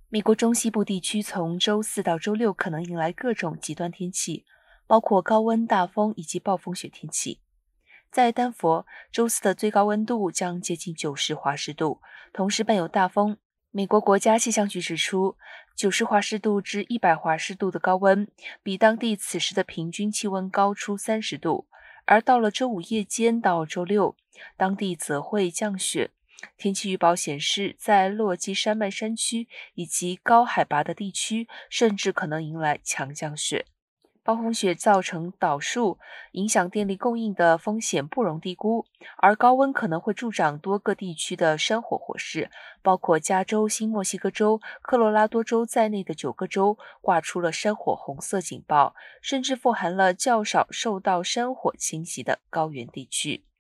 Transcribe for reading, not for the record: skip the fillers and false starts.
美国中西部地区从周四到周六可能迎来各种极端天气，包括高温、大风以及暴风雪天气。在丹佛，周四的最高温度将接近90°C，同时伴有大风。美国国家气象局指出，90°C至100°C的高温比当地此时的平均气温高出30度，而到了周五夜间到周六，当地则会降雪。天气预报显示，在落基山脉山区以及高海拔的地区，甚至可能迎来强降雪。暴风雪造成倒树，影响电力供应的风险不容低估，而高温可能会助长多个地区的山火火势，包括加州、新墨西哥州、科罗拉多州在内的9个州挂出了山火红色警报，甚至富含了较少受到山火侵袭的高原地区。